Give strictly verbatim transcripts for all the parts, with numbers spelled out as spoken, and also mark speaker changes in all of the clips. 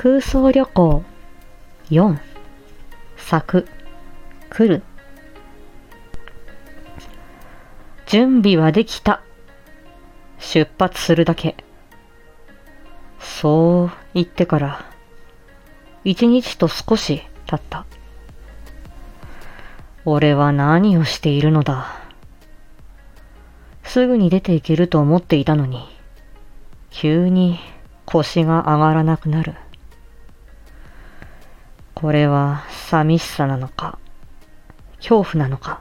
Speaker 1: 空想旅行よん咲く来る。準備はできた。出発するだけ。そう言ってから一日と少し経った。俺は何をしているのだ。すぐに出ていけると思っていたのに、急に腰が上がらなくなる。これは寂しさなのか、恐怖なのか。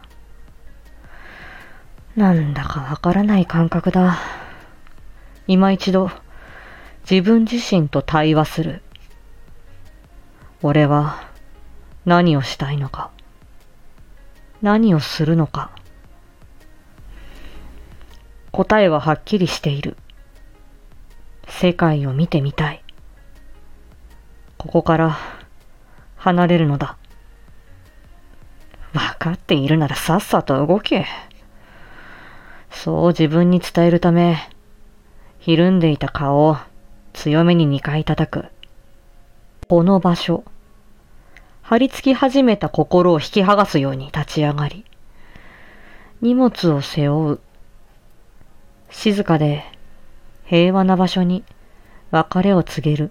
Speaker 1: なんだかわからない感覚だ。今一度、自分自身と対話する。俺は何をしたいのか、何をするのか。答えははっきりしている。世界を見てみたい。ここから離れるのだ。わかっているならさっさと動け。そう自分に伝えるため、ひるんでいた顔を強めににかい叩く。この場所。張り付き始めた心を引き剥がすように立ち上がり、荷物を背負う。静かで平和な場所に別れを告げる。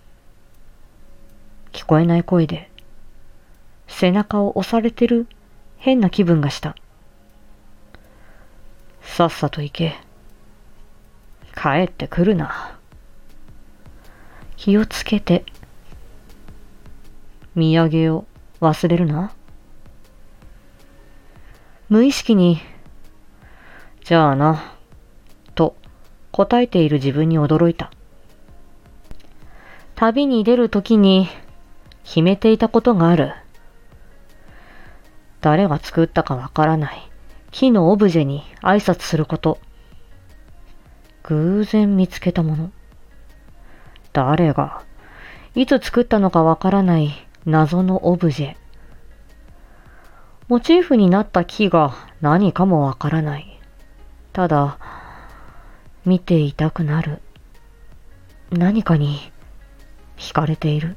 Speaker 1: 聞こえない声で背中を押されてる変な気分がした。さっさと行け。帰ってくるな。気をつけて。土産を忘れるな。無意識に、じゃあな、と答えている自分に驚いた。旅に出るときに決めていたことがある。誰が作ったかわからない木のオブジェに挨拶すること。偶然見つけたもの。誰が、いつ作ったのかわからない謎のオブジェ。モチーフになった木が何かもわからない。ただ、見ていたくなる。何かに惹かれている。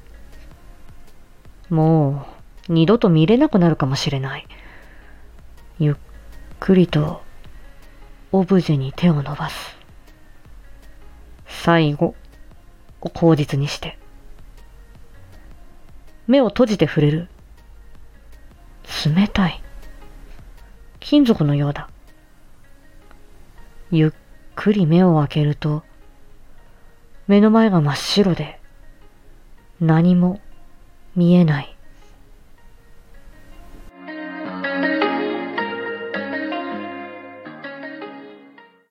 Speaker 1: もう二度と見れなくなるかもしれない。ゆっくりとオブジェに手を伸ばす。最後を口実にして。目を閉じて触れる。冷たい。金属のようだ。ゆっくり目を開けると、目の前が真っ白で、何も見えない。